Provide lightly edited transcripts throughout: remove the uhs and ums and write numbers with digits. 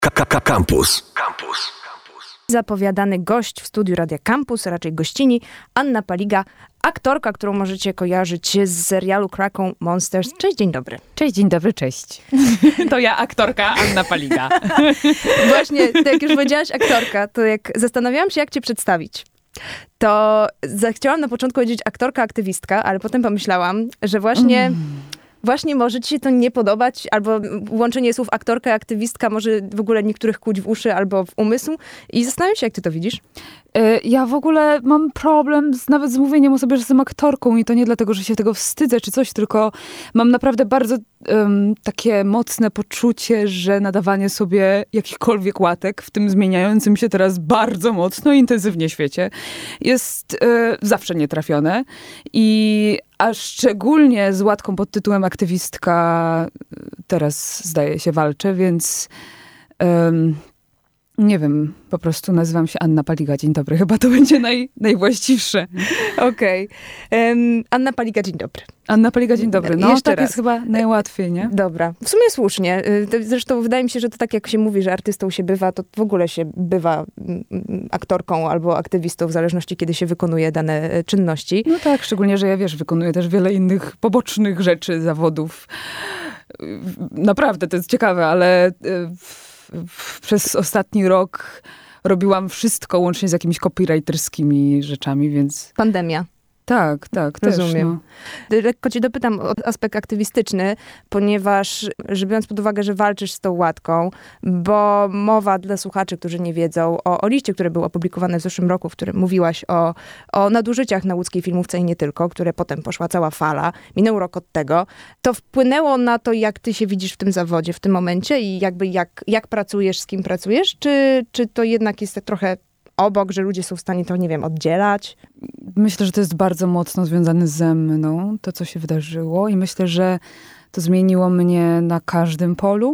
Campus. Zapowiadany gość w studiu Radia Campus, raczej gościni, Anna Paliga, aktorka, którą możecie kojarzyć z serialu Krakow Monsters. Cześć, dzień dobry. Cześć, dzień dobry, cześć. To ja, aktorka Anna Paliga. Właśnie, to jak już powiedziałaś aktorka, to jak zastanawiałam się, jak cię przedstawić, to chciałam na początku powiedzieć aktorka, aktywistka, ale potem pomyślałam, że właśnie może ci się to nie podobać, albo łączenie słów aktorka i aktywistka może w ogóle niektórych kłuć w uszy albo w umysł. I zastanawiam się, jak ty to widzisz. Ja w ogóle mam problem nawet z mówieniem o sobie, że jestem aktorką i to nie dlatego, że się tego wstydzę czy coś, tylko mam naprawdę bardzo takie mocne poczucie, że nadawanie sobie jakichkolwiek łatek w tym zmieniającym się teraz bardzo mocno, intensywnie świecie jest zawsze nietrafione. A szczególnie z łatką pod tytułem aktywistka teraz zdaje się walczę, więc nie wiem, po prostu nazywam się Anna Paliga. Dzień dobry, chyba to będzie najwłaściwsze. Okej. Anna Paliga, dzień dobry. Anna Paliga, dzień dobry. No, Jeszcze tak raz. jest chyba najłatwiej, nie? Dobra. W sumie słusznie. Zresztą wydaje mi się, że to tak jak się mówi, że artystą się bywa, to w ogóle się bywa aktorką albo aktywistą, w zależności kiedy się wykonuje dane czynności. No tak, szczególnie, że ja wykonuję też wiele innych pobocznych rzeczy, zawodów. Naprawdę, to jest ciekawe, ale przez ostatni rok robiłam wszystko łącznie z jakimiś copywriterskimi rzeczami, więc... Pandemia. Tak, rozumiem. Też, no. Lekko cię dopytam o aspekt aktywistyczny, ponieważ, że biorąc pod uwagę, że walczysz z tą łatką, bo mowa dla słuchaczy, którzy nie wiedzą, o liście, które było opublikowane w zeszłym roku, w którym mówiłaś o nadużyciach na łódzkiej filmówce i nie tylko, które potem poszła cała fala, minął rok od tego, to wpłynęło na to, jak ty się widzisz w tym zawodzie w tym momencie i jakby jak pracujesz, z kim pracujesz, czy to jednak jest trochę obok, że ludzie są w stanie to, nie wiem, oddzielać? Myślę, że to jest bardzo mocno związane ze mną, to co się wydarzyło i myślę, że to zmieniło mnie na każdym polu,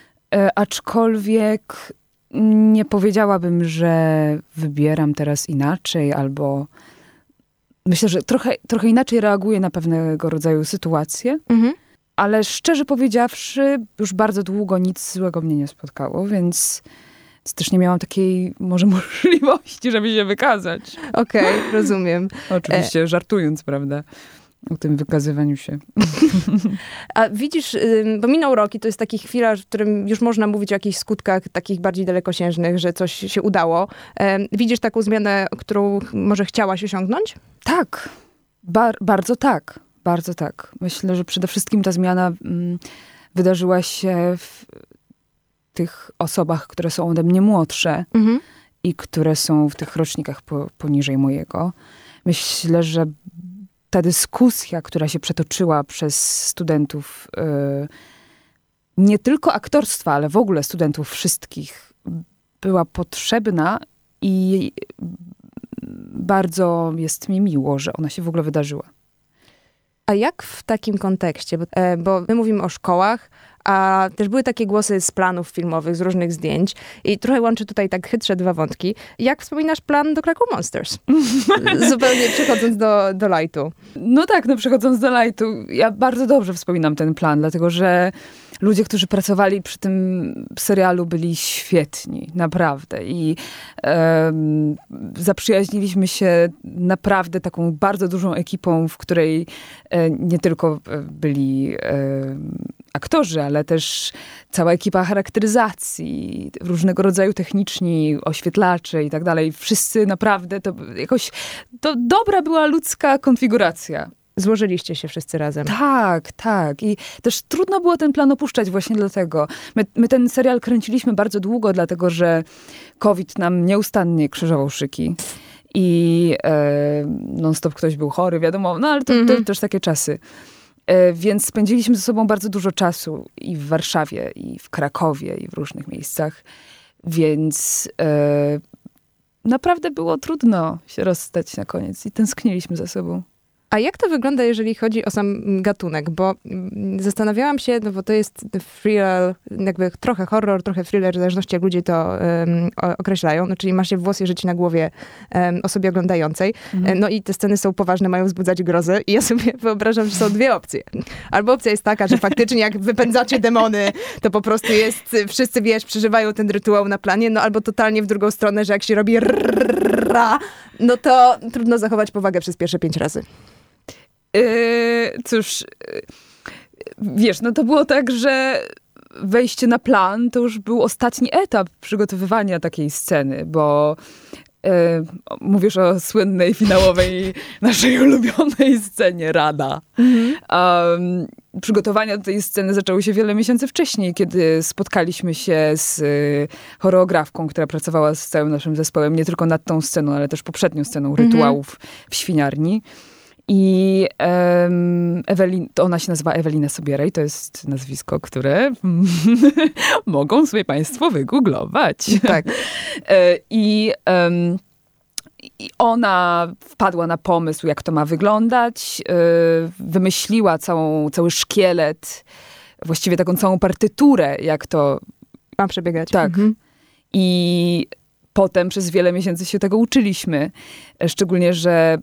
aczkolwiek nie powiedziałabym, że wybieram teraz inaczej, albo myślę, że trochę inaczej reaguję na pewnego rodzaju sytuacje, ale szczerze powiedziawszy, już bardzo długo nic złego mnie nie spotkało, więc też nie miałam takiej może możliwości, żeby się wykazać. Okej, rozumiem. Oczywiście żartując, prawda, o tym wykazywaniu się. A widzisz, bo minął rok i to jest taka chwila, w którym już można mówić o jakichś skutkach takich bardziej dalekosiężnych, że coś się udało. Widzisz taką zmianę, którą może chciałaś osiągnąć? Tak, bardzo tak. Bardzo tak. Myślę, że przede wszystkim ta zmiana wydarzyła się w tych osobach, które są ode mnie młodsze i które są w tych rocznikach poniżej mojego. Myślę, że ta dyskusja, która się przetoczyła przez studentów nie tylko aktorstwa, ale w ogóle studentów wszystkich, była potrzebna i bardzo jest mi miło, że ona się w ogóle wydarzyła. A jak w takim kontekście? Bo my mówimy o szkołach, a też były takie głosy z planów filmowych, z różnych zdjęć i trochę łączy tutaj tak chytrze dwa wątki. Jak wspominasz plan do Krakow Monsters? Zupełnie przechodząc do lightu. No tak, przechodząc do lightu. Ja bardzo dobrze wspominam ten plan, dlatego że ludzie, którzy pracowali przy tym serialu, byli świetni, naprawdę. I zaprzyjaźniliśmy się naprawdę taką bardzo dużą ekipą, w której nie tylko byli aktorzy, ale też cała ekipa charakteryzacji, różnego rodzaju techniczni, oświetlacze i tak dalej. Wszyscy naprawdę, to dobra była ludzka konfiguracja. Złożyliście się wszyscy razem. Tak. I też trudno było ten plan opuszczać właśnie dlatego. My ten serial kręciliśmy bardzo długo, dlatego że COVID nam nieustannie krzyżował szyki. I non-stop ktoś był chory, wiadomo, ale to też takie czasy. Więc spędziliśmy ze sobą bardzo dużo czasu i w Warszawie, i w Krakowie, i w różnych miejscach. Więc naprawdę było trudno się rozstać na koniec i tęskniliśmy za sobą. A jak to wygląda, jeżeli chodzi o sam gatunek? Bo zastanawiałam się, no bo to jest thriller, jakby trochę horror, trochę thriller, w zależności jak ludzie to określają. No, czyli masz się włos jeżyć na głowie osobie oglądającej. No i te sceny są poważne, mają wzbudzać grozę. I ja sobie wyobrażam, że są dwie opcje. Albo opcja jest taka, że faktycznie jak wypędzacie demony, to po prostu jest, wszyscy, wiesz, przeżywają ten rytuał na planie, no albo totalnie w drugą stronę, że jak się robi no to trudno zachować powagę przez pierwsze 5 razy. Cóż, wiesz, no to było tak, że wejście na plan to już był ostatni etap przygotowywania takiej sceny, bo mówisz o słynnej, finałowej, naszej ulubionej scenie Rada. Przygotowania do tej sceny zaczęły się wiele miesięcy wcześniej, kiedy spotkaliśmy się z choreografką, która pracowała z całym naszym zespołem, nie tylko nad tą sceną, ale też poprzednią sceną rytuałów w świniarni. I to ona się nazywa Ewelina Sobierej, to jest nazwisko, które mogą sobie państwo wygooglować. Tak. I ona wpadła na pomysł, jak to ma wyglądać, wymyśliła cały szkielet, właściwie taką całą partyturę, jak to ma przebiegać. Tak. I potem przez wiele miesięcy się tego uczyliśmy. Szczególnie, że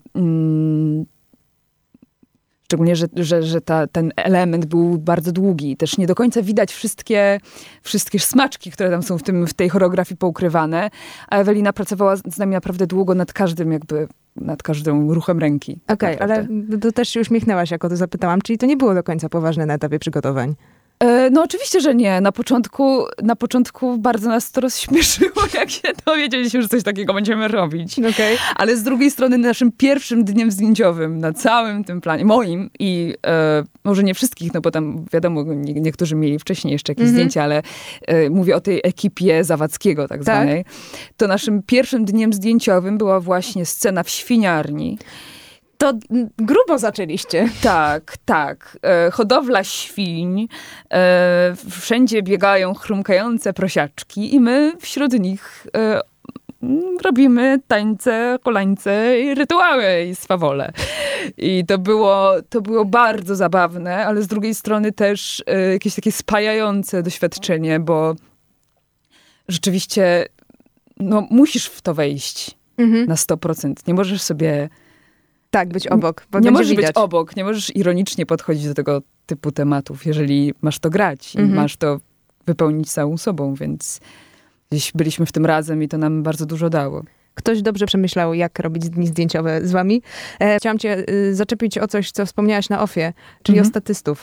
ten element był bardzo długi. Też nie do końca widać wszystkie smaczki, które tam są w tej choreografii poukrywane. A Ewelina pracowała z nami naprawdę długo nad każdym ruchem ręki. Okej, ale to też się uśmiechnęłaś, jak o to zapytałam. Czyli to nie było do końca poważne na etapie przygotowań? No oczywiście, że nie. Na początku bardzo nas to rozśmieszyło, jak się dowiedzieliśmy, że coś takiego będziemy robić. Okay. Ale z drugiej strony naszym pierwszym dniem zdjęciowym na całym tym planie, moim i może nie wszystkich, no bo tam wiadomo, niektórzy mieli wcześniej jeszcze jakieś zdjęcia, ale mówię o tej ekipie Zawadzkiego tak zwanej. To naszym pierwszym dniem zdjęciowym była właśnie scena w świniarni. To grubo zaczęliście. Tak. Hodowla świń, wszędzie biegają chrumkające prosiaczki i my wśród nich robimy tańce, kolańce i rytuały i swawole. I to było bardzo zabawne, ale z drugiej strony też jakieś takie spajające doświadczenie, bo rzeczywiście musisz w to wejść na 100%. Nie możesz sobie... Tak, być obok. Bo nie możesz widać. być obok, nie możesz ironicznie podchodzić do tego typu tematów, jeżeli masz to grać i masz to wypełnić całą sobą, więc gdzieś byliśmy w tym razem i to nam bardzo dużo dało. Ktoś dobrze przemyślał, jak robić dni zdjęciowe z wami. Chciałam cię zaczepić o coś, co wspomniałaś na offie, czyli o statystów.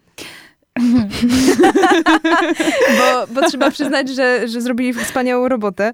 bo trzeba przyznać, że zrobili wspaniałą robotę.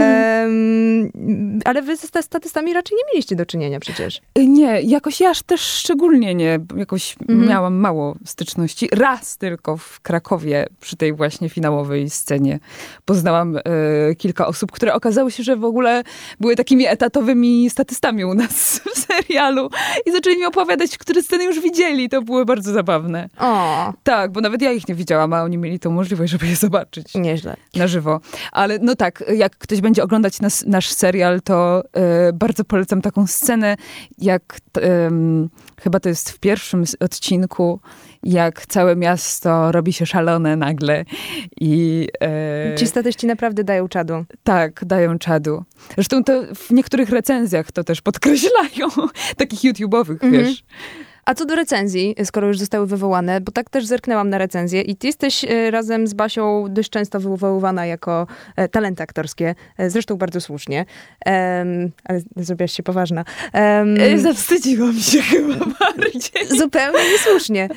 Ale wy ze statystami raczej nie mieliście do czynienia przecież. Nie, jakoś ja też szczególnie nie. Jakoś miałam mało styczności. Raz tylko w Krakowie przy tej właśnie finałowej scenie poznałam kilka osób, które okazało się, że w ogóle były takimi etatowymi statystami u nas w serialu i zaczęli mi opowiadać, które sceny już widzieli. To było bardzo zabawne. O. Tak, bo nawet ja ich nie widziałam, a oni mieli tą możliwość, żeby je zobaczyć. Nieźle. Na żywo. Ale no tak, jak ktoś będzie oglądać nasz serial, to bardzo polecam taką scenę, jak chyba to jest w pierwszym odcinku, jak całe miasto robi się szalone nagle. Ci statyści naprawdę dają czadu. Tak, dają czadu. Zresztą to w niektórych recenzjach to też podkreślają, takich YouTube'owych, wiesz. A co do recenzji, skoro już zostały wywołane, bo tak też zerknęłam na recenzję i ty jesteś razem z Basią dość często wywoływana jako talenty aktorskie. Zresztą bardzo słusznie. Ale zrobiłaś się poważna. Zawstydziłam się chyba bardziej. Zupełnie niesłusznie.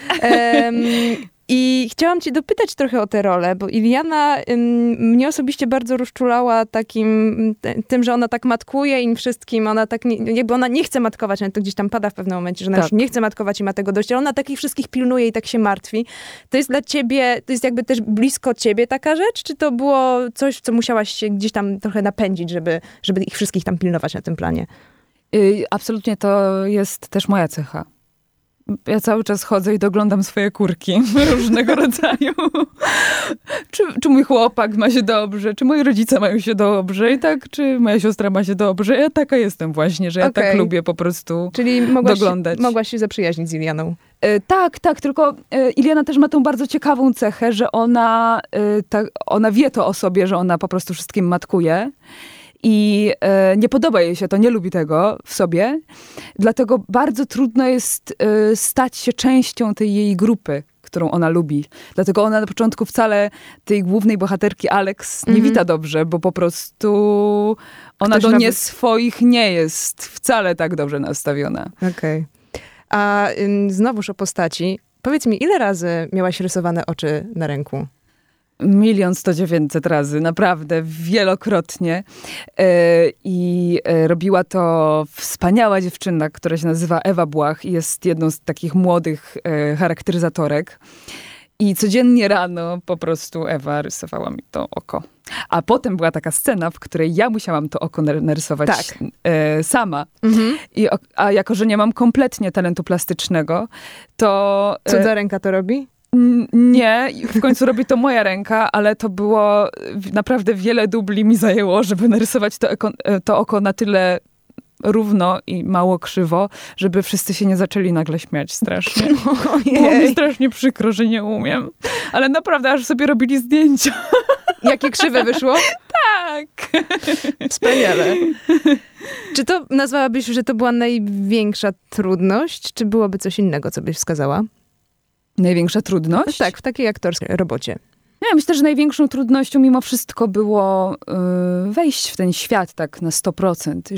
I chciałam cię dopytać trochę o tę rolę, bo Iliana mnie osobiście bardzo rozczulała tym, że ona tak matkuje im wszystkim, ona tak jakby ona nie chce matkować, ale to gdzieś tam pada w pewnym momencie, że ona już nie chce matkować i ma tego dość, ale ona takich wszystkich pilnuje i tak się martwi. To jest dla ciebie, to jest jakby też blisko ciebie taka rzecz, czy to było coś, co musiałaś się gdzieś tam trochę napędzić, żeby ich wszystkich tam pilnować na tym planie? Absolutnie to jest też moja cecha. ja cały czas chodzę i doglądam swoje kurki różnego rodzaju. Czy mój chłopak ma się dobrze, czy moi rodzice mają się dobrze i tak, czy moja siostra ma się dobrze. Ja taka jestem właśnie, że ja tak lubię po prostu doglądać. Mogłaś się zaprzyjaźnić z Ilianą. Tak, tylko Iliana też ma tą bardzo ciekawą cechę, że ona wie to o sobie, że ona po prostu wszystkim matkuje. I nie podoba jej się to, nie lubi tego w sobie. Dlatego bardzo trudno jest stać się częścią tej jej grupy, którą ona lubi. Dlatego ona na początku wcale tej głównej bohaterki Alex nie wita dobrze, bo po prostu ona do swoich nie jest wcale tak dobrze nastawiona. Okej. A znowuż o postaci. Powiedz mi, ile razy miałaś rysowane oczy na ręku? 1 100 razy, naprawdę, wielokrotnie. I robiła to wspaniała dziewczyna, która się nazywa Ewa Błach i jest jedną z takich młodych charakteryzatorek. I codziennie rano po prostu Ewa rysowała mi to oko. A potem była taka scena, w której ja musiałam to oko narysować sama. A jako, że nie mam kompletnie talentu plastycznego, to... Cudza ręka to robi? Nie, w końcu robi to moja ręka, ale to było naprawdę wiele dubli mi zajęło, żeby narysować to oko na tyle równo i mało krzywo, żeby wszyscy się nie zaczęli nagle śmiać strasznie. Było mi strasznie przykro, że nie umiem. Ale naprawdę, aż sobie robili zdjęcia. Jakie krzywe wyszło? Tak. Wspaniale. Czy to nazwałabyś, że to była największa trudność, czy byłoby coś innego, co byś wskazała? Największa trudność? Tak, w takiej aktorskiej robocie. Ja myślę, że największą trudnością mimo wszystko było wejść w ten świat tak na 100%.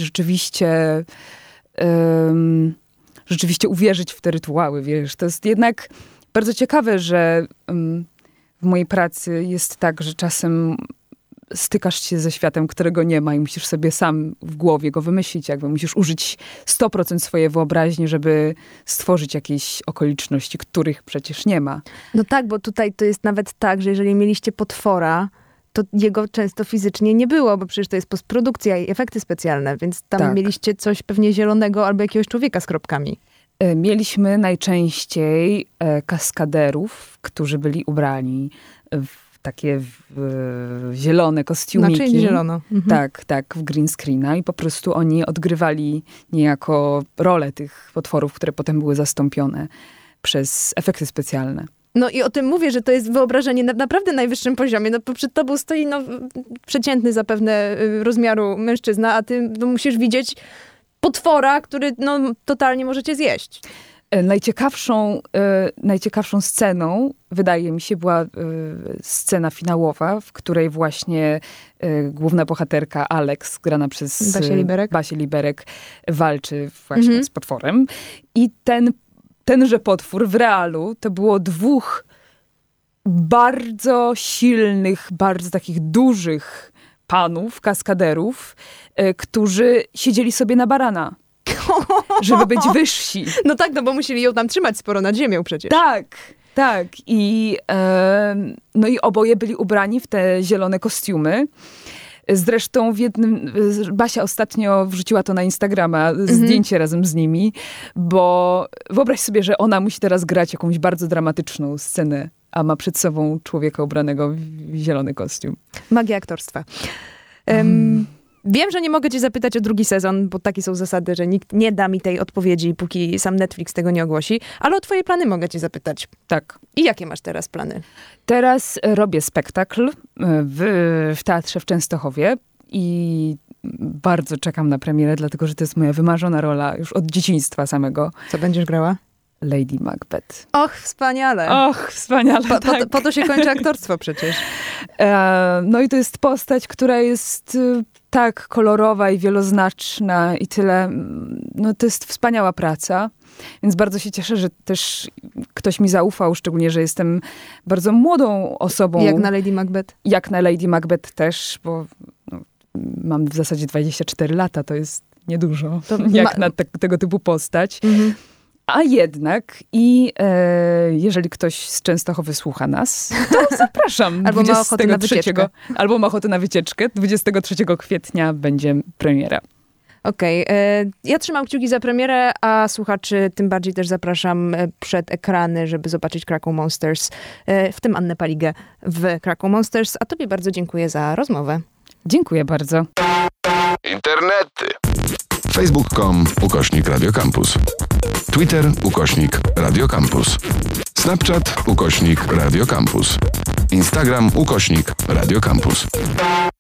Rzeczywiście uwierzyć w te rytuały, wiesz. To jest jednak bardzo ciekawe, że w mojej pracy jest tak, że czasem stykasz się ze światem, którego nie ma i musisz sobie sam w głowie go wymyślić. Jakby musisz użyć 100% swojej wyobraźni, żeby stworzyć jakieś okoliczności, których przecież nie ma. No tak, bo tutaj to jest nawet tak, że jeżeli mieliście potwora, to jego często fizycznie nie było, bo przecież to jest postprodukcja i efekty specjalne, więc tam mieliście coś pewnie zielonego albo jakiegoś człowieka z kropkami. Mieliśmy najczęściej kaskaderów, którzy byli ubrani w takie zielone kostiumiki. Znaczy zielono. Tak, w green screena i po prostu oni odgrywali niejako rolę tych potworów, które potem były zastąpione przez efekty specjalne. No i o tym mówię, że to jest wyobrażenie na naprawdę najwyższym poziomie. No bo przed tobą stoi przeciętny zapewne rozmiaru mężczyzna, a ty musisz widzieć potwora, który totalnie możecie zjeść. Najciekawszą sceną, wydaje mi się, była scena finałowa, w której właśnie główna bohaterka Alex, grana przez Basię Liberek, walczy właśnie z potworem. I tenże potwór w realu to było 2 bardzo silnych, bardzo takich dużych panów, kaskaderów, którzy siedzieli sobie na barana. Żeby być wyżsi. No tak, bo musieli ją tam trzymać sporo nad ziemią przecież. Tak. I oboje byli ubrani w te zielone kostiumy. Zresztą Basia ostatnio wrzuciła to na Instagrama, zdjęcie razem z nimi, bo wyobraź sobie, że ona musi teraz grać jakąś bardzo dramatyczną scenę, a ma przed sobą człowieka ubranego w zielony kostium. Magia aktorstwa. Wiem, że nie mogę cię zapytać o 2. sezon, bo takie są zasady, że nikt nie da mi tej odpowiedzi, póki sam Netflix tego nie ogłosi, ale o twoje plany mogę cię zapytać. Tak. I jakie masz teraz plany? Teraz robię spektakl w Teatrze w Częstochowie i bardzo czekam na premierę, dlatego że to jest moja wymarzona rola już od dzieciństwa samego. Co będziesz grała? Lady Macbeth. Och, wspaniale. Tak. Po to się kończy aktorstwo przecież. No i to jest postać, która jest tak kolorowa i wieloznaczna i tyle. No to jest wspaniała praca, więc bardzo się cieszę, że też ktoś mi zaufał, szczególnie, że jestem bardzo młodą osobą. Jak na Lady Macbeth? Jak na Lady Macbeth też, bo mam w zasadzie 24 lata, to jest niedużo, jak na tego typu postać. A jednak jeżeli ktoś z Częstochowy słucha nas, to zapraszam. Albo ma ochotę na wycieczkę. 23 kwietnia będzie premiera. Okej. Ja trzymam kciuki za premierę, a słuchaczy tym bardziej też zapraszam przed ekrany, żeby zobaczyć Krakow Monsters, w tym Annę Paligę w Krakow Monsters. A tobie bardzo dziękuję za rozmowę. Dziękuję bardzo. Internety. Facebook.com/Radio Campus. Twitter /Radio Campus. Snapchat /Radio Campus. Instagram /Radio Campus.